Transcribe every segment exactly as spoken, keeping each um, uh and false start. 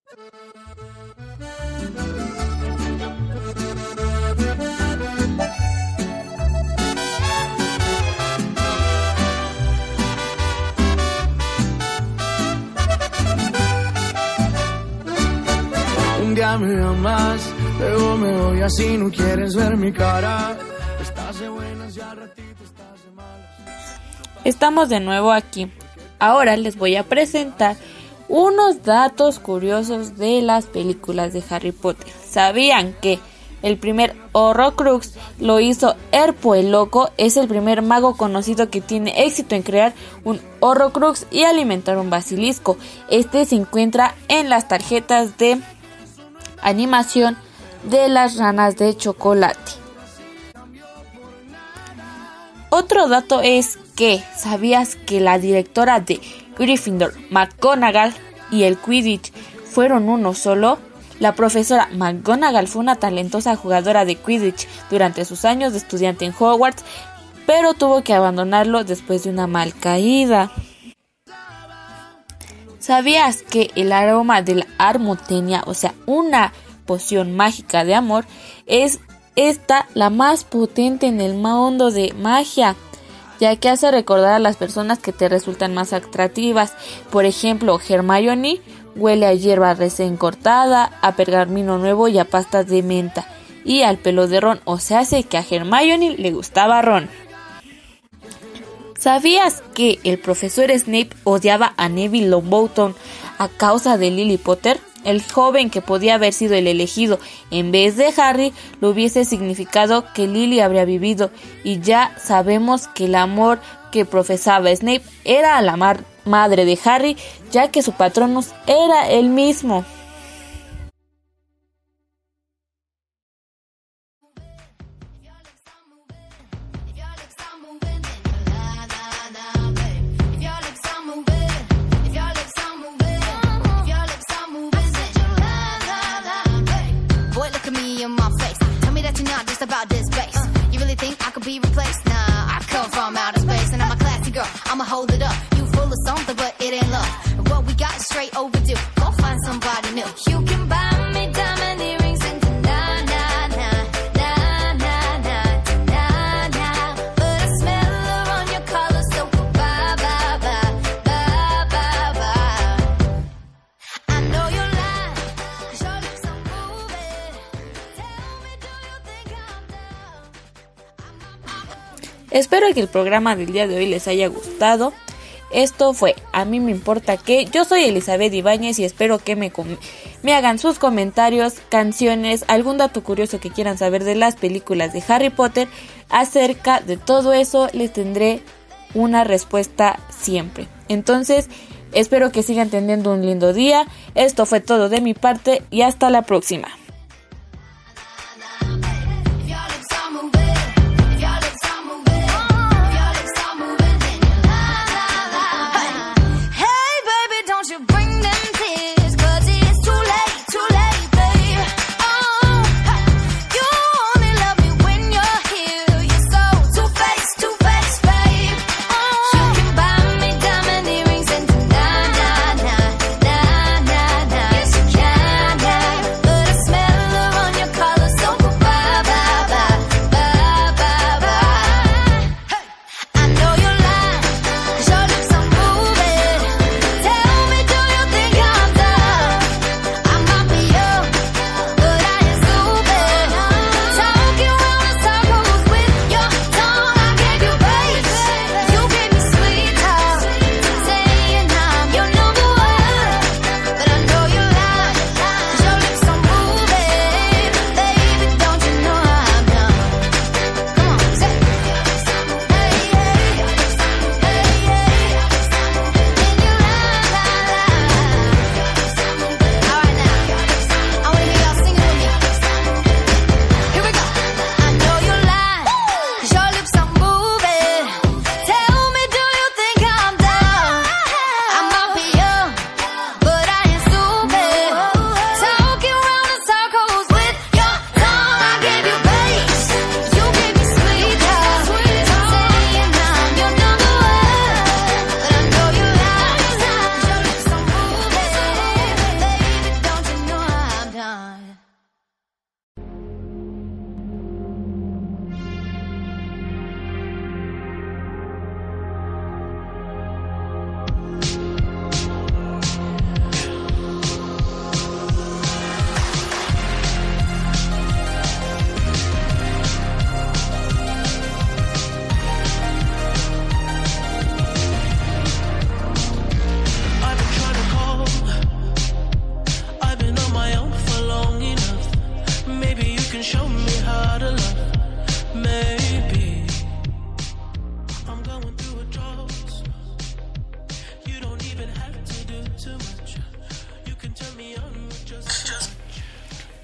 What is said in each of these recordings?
Un día me amas, luego me voy así, no quieres ver mi cara. Estás de buenas y al ratito estás de malas. Estamos de nuevo aquí. Ahora les voy a presentar unos datos curiosos de las películas de Harry Potter. ¿Sabían que el primer Horrocrux lo hizo Herpo el Loco? Es el primer mago conocido que tiene éxito en crear un Horrocrux y alimentar un basilisco. Este se encuentra en las tarjetas de animación de las ranas de chocolate. Otro dato es que, ¿sabías que la directora de Gryffindor, McGonagall, y el Quidditch fueron uno solo? La profesora McGonagall fue una talentosa jugadora de Quidditch durante sus años de estudiante en Hogwarts, pero tuvo que abandonarlo después de una mal caída. ¿Sabías que el aroma de la armutenia, o sea, una poción mágica de amor, es esta la más potente en el mundo de magia, ya que hace recordar a las personas que te resultan más atractivas? Por ejemplo, Hermione huele a hierba recién cortada, a pergamino nuevo y a pastas de menta, y al pelo de Ron, o sea, hace que a Hermione le gustaba Ron. ¿Sabías que el profesor Snape odiaba a Neville Longbottom a causa de Lily Potter? El joven que podía haber sido el elegido en vez de Harry lo hubiese significado que Lily habría vivido, y ya sabemos que el amor que profesaba Snape era a la mar- madre de Harry, ya que su Patronus era el mismo. About this bass, you really think I could be replaced? Nah, I come from outer space and I'm a classy girl. I'ma hold it up. You full of something, but it ain't love. And what we got is straight overdue. Go find somebody new. You can buy me diamond earrings and na na na na na na na na, but I smell her on your collar, so bye bye bye bye bye bye. I know you're lying, 'cause your lips are moving. Tell me, do you think I'm Espero que el programa del día de hoy les haya gustado. Esto fue A mí me importa qué. Yo soy Elizabeth Ibáñez y espero que me, com- me hagan sus comentarios, canciones, algún dato curioso que quieran saber de las películas de Harry Potter. Acerca de todo eso les tendré una respuesta siempre. Entonces, espero que sigan teniendo un lindo día. Esto fue todo de mi parte y hasta la próxima. smell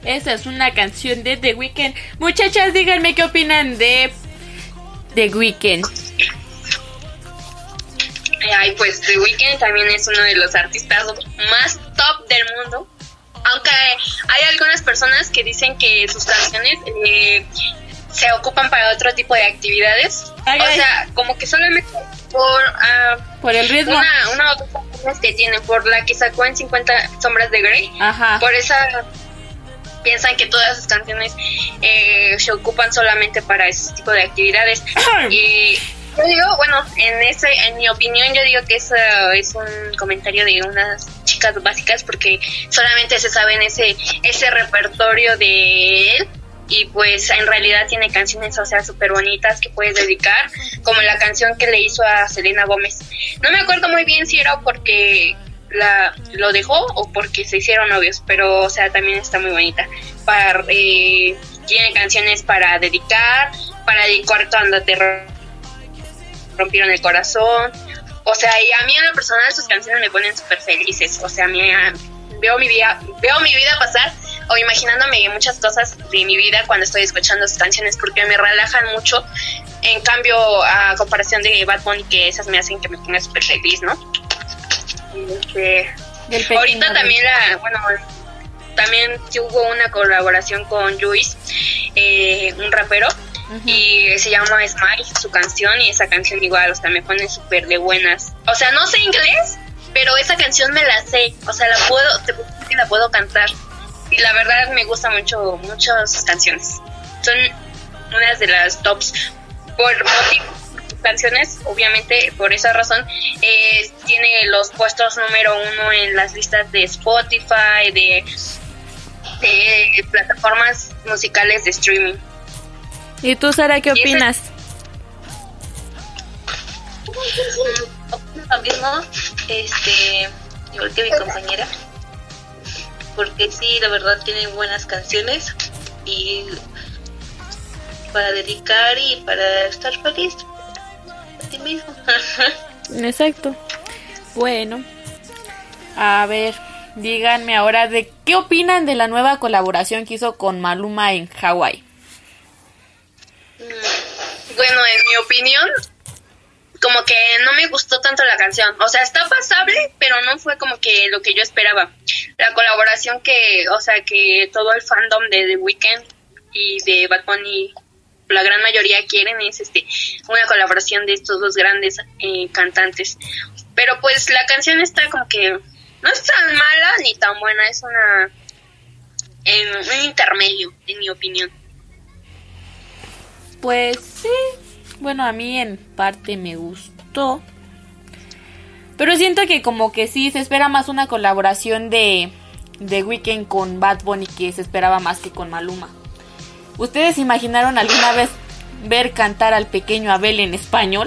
Esa es una canción de The Weeknd. Muchachas, díganme qué opinan de The Weeknd. Ay, pues The Weeknd también es uno de los artistas más top del mundo. Aunque hay algunas personas que dicen que sus canciones eh, se ocupan para otro tipo de actividades. Ay, o ay. sea, como que solamente por uh, por el ritmo. Una, una o dos canciones que tienen, por la que sacó en cincuenta sombras de Grey. Ajá. Por esa piensan que todas sus canciones eh, se ocupan solamente para ese tipo de actividades. Y yo digo, bueno, en ese, en mi opinión, yo digo que eso es un comentario de unas chicas básicas porque solamente se saben ese ese repertorio de él. Y pues en realidad tiene canciones, o sea, súper bonitas que puedes dedicar, como la canción que le hizo a Selena Gómez. No me acuerdo muy bien si era porque la lo dejó o porque se hicieron novios, pero o sea, también está muy bonita. Para, eh, tiene canciones para dedicar, para dedicar cuando te rompieron el corazón. O sea, y a mí en lo personal sus canciones me ponen súper felices. O sea, me, veo mi vida, veo mi vida pasar o imaginándome muchas cosas de mi vida cuando estoy escuchando sus canciones porque me relajan mucho. En cambio, a comparación de Bad Bunny, que esas me hacen que me ponga súper feliz, ¿no? Este, ahorita también la, bueno, también hubo una colaboración con Juice, eh, un rapero, uh-huh. y se llama Smile, su canción, y esa canción igual, o sea, me pone súper de buenas. O sea, no sé inglés, pero esa canción me la sé, o sea, la puedo, te puedo decir que la puedo cantar. Y la verdad me gusta mucho, muchas sus canciones. Son unas de las tops por motivo. Canciones, obviamente, por esa razón, eh, tiene los puestos número uno en las listas de Spotify, de, de plataformas musicales de streaming. ¿Y tú, Sara, qué opinas? Opino lo mismo, este, igual que mi compañera, porque sí, la verdad tiene buenas canciones y para dedicar y para estar feliz. Mismo. Exacto. Bueno, a ver, díganme ahora de qué opinan de la nueva colaboración que hizo con Maluma en Hawái. Bueno, en mi opinión, como que no me gustó tanto la canción. O sea, está pasable, pero no fue como que lo que yo esperaba. La colaboración que, o sea, que todo el fandom de The Weeknd y de Bad Bunny, la gran mayoría quieren, es este una colaboración de estos dos grandes eh, cantantes. Pero pues la canción está como que no es tan mala ni tan buena, es una en un intermedio, en mi opinión. Pues sí, bueno, a mí en parte me gustó, pero siento que como que sí se espera más una colaboración de de Weeknd con Bad Bunny, que se esperaba más que con Maluma. ¿Ustedes imaginaron alguna vez ver cantar al pequeño Abel en español?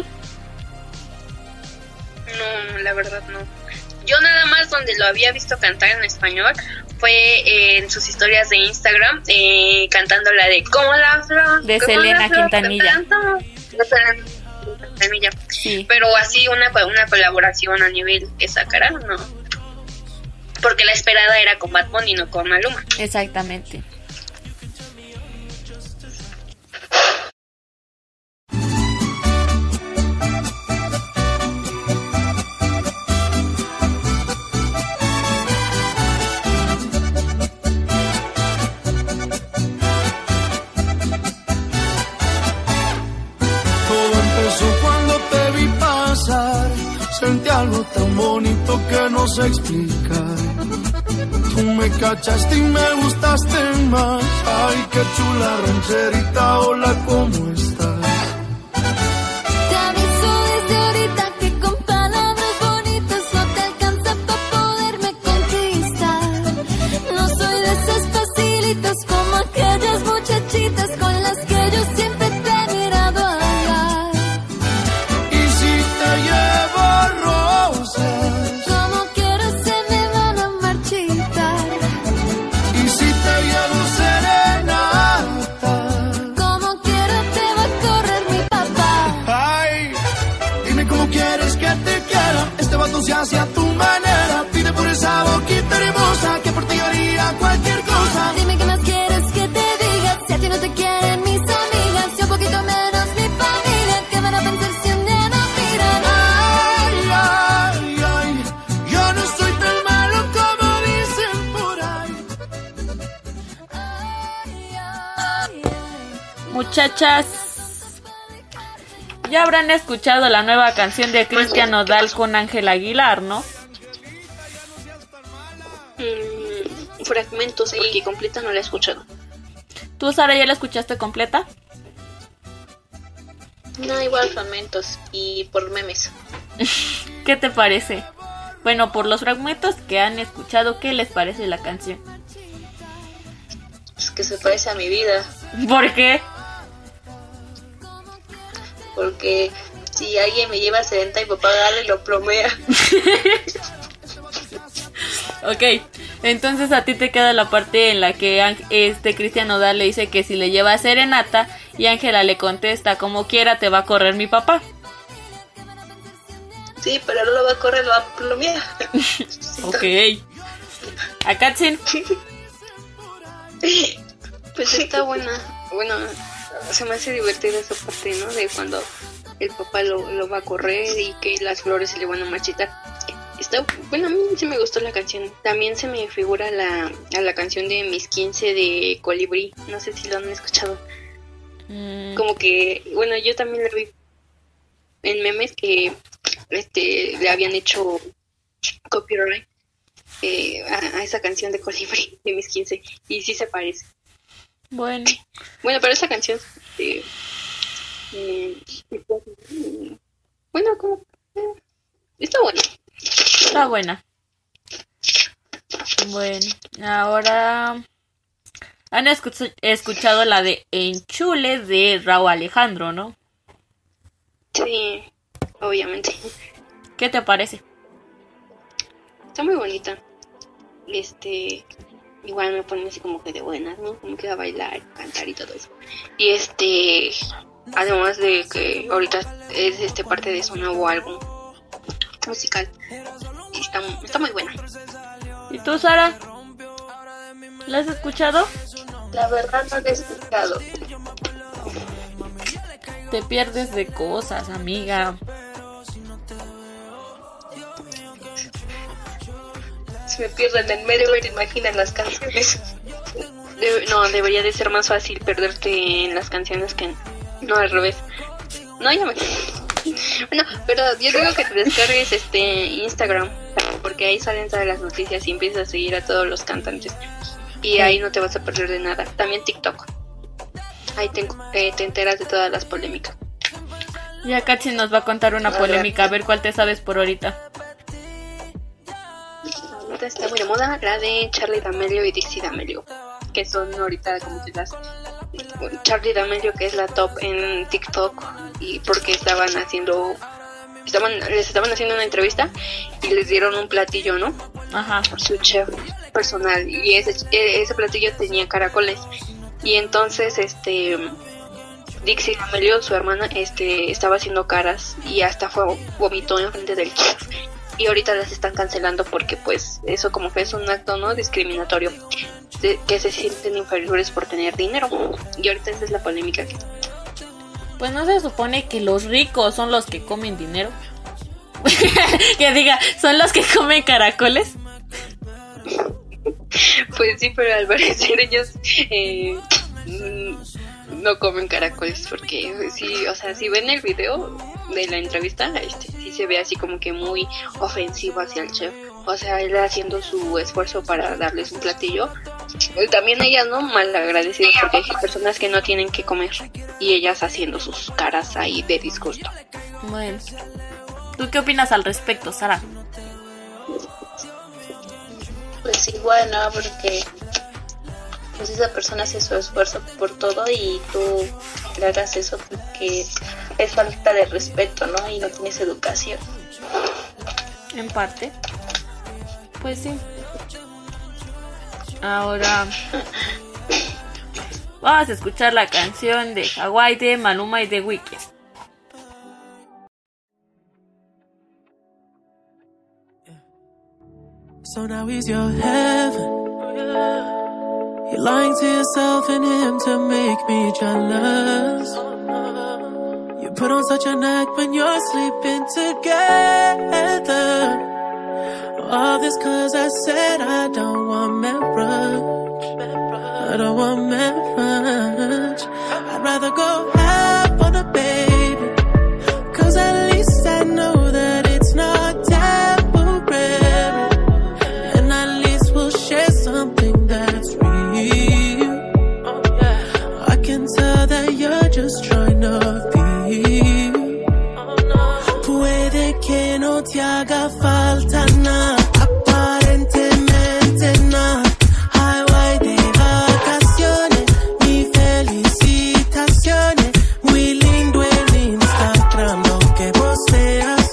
No, la verdad no. Yo nada más donde lo había visto cantar en español fue eh, en sus historias de Instagram, eh, cantando la de Como la flor de Selena Quintanilla. De Selena Quintanilla. Sí. Pero así una, una colaboración a nivel esa cara, no. Porque la esperada era con Bad Bunny, no con Maluma. Exactamente. Sentí algo tan bonito que no sé explicar. Tú me cachaste y me gustaste más. Ay, qué chula rancherita, hola, ¿cómo estás? Te aviso desde ahorita que con palabras bonitas no te alcanza para poderme conquistar. No soy de esas facilitas como aquellas muchachitas con las que yo siempre te he mirado hablar. Y si te llevo como quiero se me van a marchitar. Y si te llevo serenata, como quiero te va a correr mi papá. Ay, dime cómo quieres que te quiera. Este vato se hace a tu manera. Pide por esa boquita hermosa que por ti haría cualquier cosa. Dime qué más quieres. Muchachas, ya habrán escuchado la nueva canción de Cristian Nodal con Ángel Aguilar, ¿no? Mm, fragmentos, sí. Porque completa no la he escuchado. ¿Tú, Sara, ya la escuchaste completa? No, igual fragmentos y por memes. ¿Qué te parece? Bueno, por los fragmentos que han escuchado, ¿qué les parece la canción? Es que se parece a mi vida. ¿Por qué? Porque si alguien me lleva a sedenta y papá agarra y lo plomea. Ok, entonces a ti te queda la parte en la que este Cristian Nodal le dice que si le lleva a serenata y Ángela le contesta, como quiera te va a correr mi papá. Sí, pero no lo va a correr, lo va a plomear. Ok. ¿A Katsin? Pues está buena. Bueno, se me hace divertida esa parte, ¿no? De cuando el papá lo, lo va a correr y que las flores se le van a marchitar. Está, bueno, a mí sí me gustó la canción. También se me figura la, a la canción de Mis quince de Colibrí. No sé si lo han escuchado. Mm. Como que, bueno, yo también lo vi en memes que este le habían hecho copyright eh, a, a esa canción de Colibrí de Mis quince. Y sí se parece. Bueno. Bueno, pero esa canción... Eh, eh, bueno, como... Eh, está buena. Está buena. Bueno, ahora han escuch- escuchado la de Enchule de Rauw Alejandro, ¿no? Sí, obviamente. ¿Qué te parece? Está muy bonita. Este, igual me pone así como que de buenas, ¿no? Como que a bailar, cantar y todo eso. Y este, además de que ahorita es este parte de su nuevo álbum musical. Está, está muy buena. ¿Y tú, Sara? ¿La has escuchado? La verdad no la he escuchado. Te pierdes de cosas, amiga. Si me pierdo en el medio, me imaginan las canciones. Debe, no, debería de ser más fácil perderte en las canciones que no al revés. No, ya me... Bueno, pero yo digo que te descargues este Instagram, porque ahí salen todas las noticias y empiezas a seguir a todos los cantantes y ahí no te vas a perder de nada. También TikTok, ahí te, eh, te enteras de todas las polémicas. Ya Katsi nos va a contar una polémica, a ver cuál te sabes por ahorita. Ahorita está muy de moda la de Charli D'Amelio y Dixie D'Amelio, que son ahorita como que las... Charli D'Amelio, que es la top en TikTok, y porque estaban haciendo estaban les estaban haciendo una entrevista y les dieron un platillo, ¿no? Ajá. Su chef personal, y ese ese platillo tenía caracoles, y entonces este Dixie D'Amelio, su hermana, este estaba haciendo caras y hasta fue vomitó en frente del chef. Y ahorita las están cancelando porque pues eso como que es un acto, ¿no?, discriminatorio, de, que se sienten inferiores por tener dinero. Y ahorita esa es la polémica. Pues no se supone que los ricos son los que comen dinero. Que diga, son los que comen caracoles. Pues sí, pero al parecer ellos eh, no comen caracoles, porque sí, o sea, si ven el video de la entrevista, este, sí se ve así como que muy ofensivo hacia el chef. O sea, él haciendo su esfuerzo para darles un platillo. También ellas, ¿no?, mal agradecidas, porque hay personas que no tienen que comer y ellas haciendo sus caras ahí de disgusto. Bueno, ¿tú qué opinas al respecto, Sara? Pues igual, ¿no? Porque pues esa persona hace su esfuerzo por todo y tú le hagas eso porque es falta de respeto, ¿no? Y no tienes educación. En parte. Pues sí. Ahora vamos a escuchar la canción de Hawaii de Maluma y de Weeknd. So now he's your heaven. You're lying to yourself and him to make me jealous. You put on such an act when you're sleeping together. All this cause I said I don't want marriage. I don't want marriage. I'd rather rather go half on a baby, cause at least I know that it's not temporary, and at least we'll share something that's real. I can tell that you're just trying to feel. Puede que no te haga falta nada, aparentemente nada. Highway de vacaciones, mi felicitaciones. Muy lindo el Instagram, lo que posteas,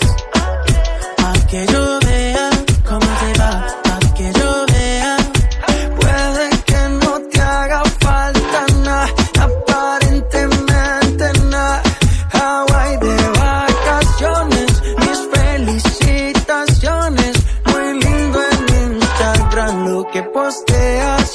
pa' que yo vea cómo te va, pa' que yo vea. Puede que no te haga falta nada, aparentemente nada. Hawaii de vacaciones, mis felicitaciones. Muy lindo en Instagram lo que posteas,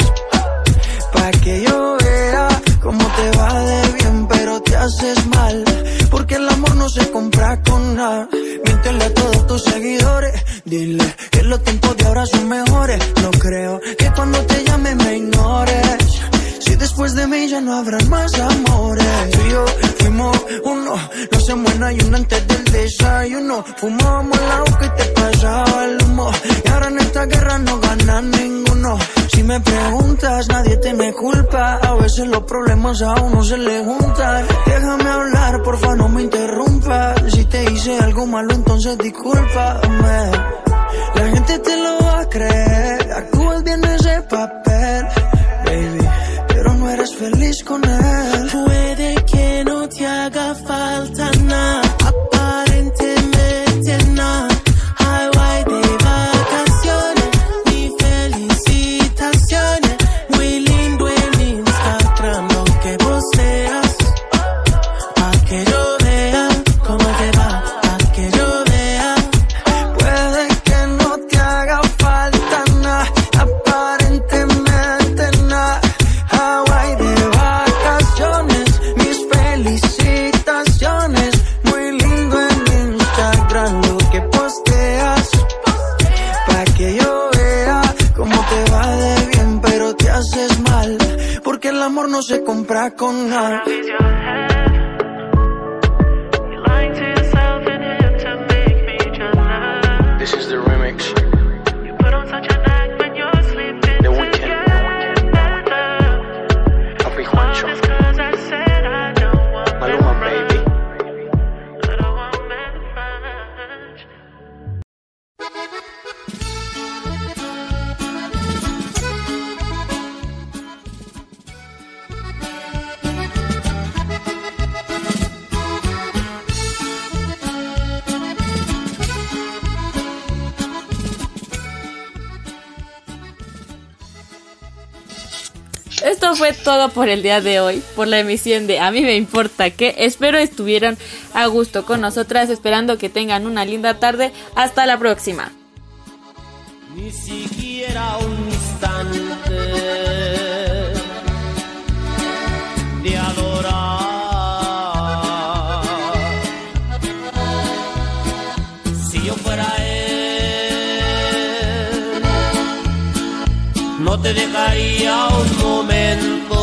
pa' que yo vea cómo te va de bien, pero te haces mal, porque el amor no se compra con nada. Míntele a todos tus seguidores, dile que los tiempos de ahora son mejores. No creo que cuando te llame me ignores, si después de mí ya no habrán más amores. Tú y yo fuimos uno, no se muera y uno antes del desayuno. Fumábamos el agua y te pasaba el humo, y ahora en esta guerra no gana ninguno. Si me preguntas, nadie tiene culpa, a veces los problemas a uno se le juntan. Déjame hablar, porfa, no me interrumpas. Si te hice algo malo, entonces discúlpame. La gente te lo va a creer, actúas bien ese papel, baby, pero no eres feliz con él. Puede que no te haga falta nada, aparentemente nada. Highway de vacaciones, mi felicitaciones. Muy lindo el Instagram, lo que posteas, pa' que yo vea cómo te va, pa' que yo vea. Puede que no te haga falta nada, aparentemente nada. Hawaii de vacaciones, mis felicitaciones. Muy lindo en Instagram lo que posteas, pa' que yo vea cómo te va de bien, pero te haces mal, porque el amor no se compra con nada. This is the remix. The Weeknd. Papi Juancho. Maluma, baby. Esto fue todo por el día de hoy, por la emisión de A mí me importa qué. Espero estuvieran a gusto con nosotras, esperando que tengan una linda tarde. Hasta la próxima. Ni siquiera un instante de adorar. Si yo fuera él, no te dejaría un momento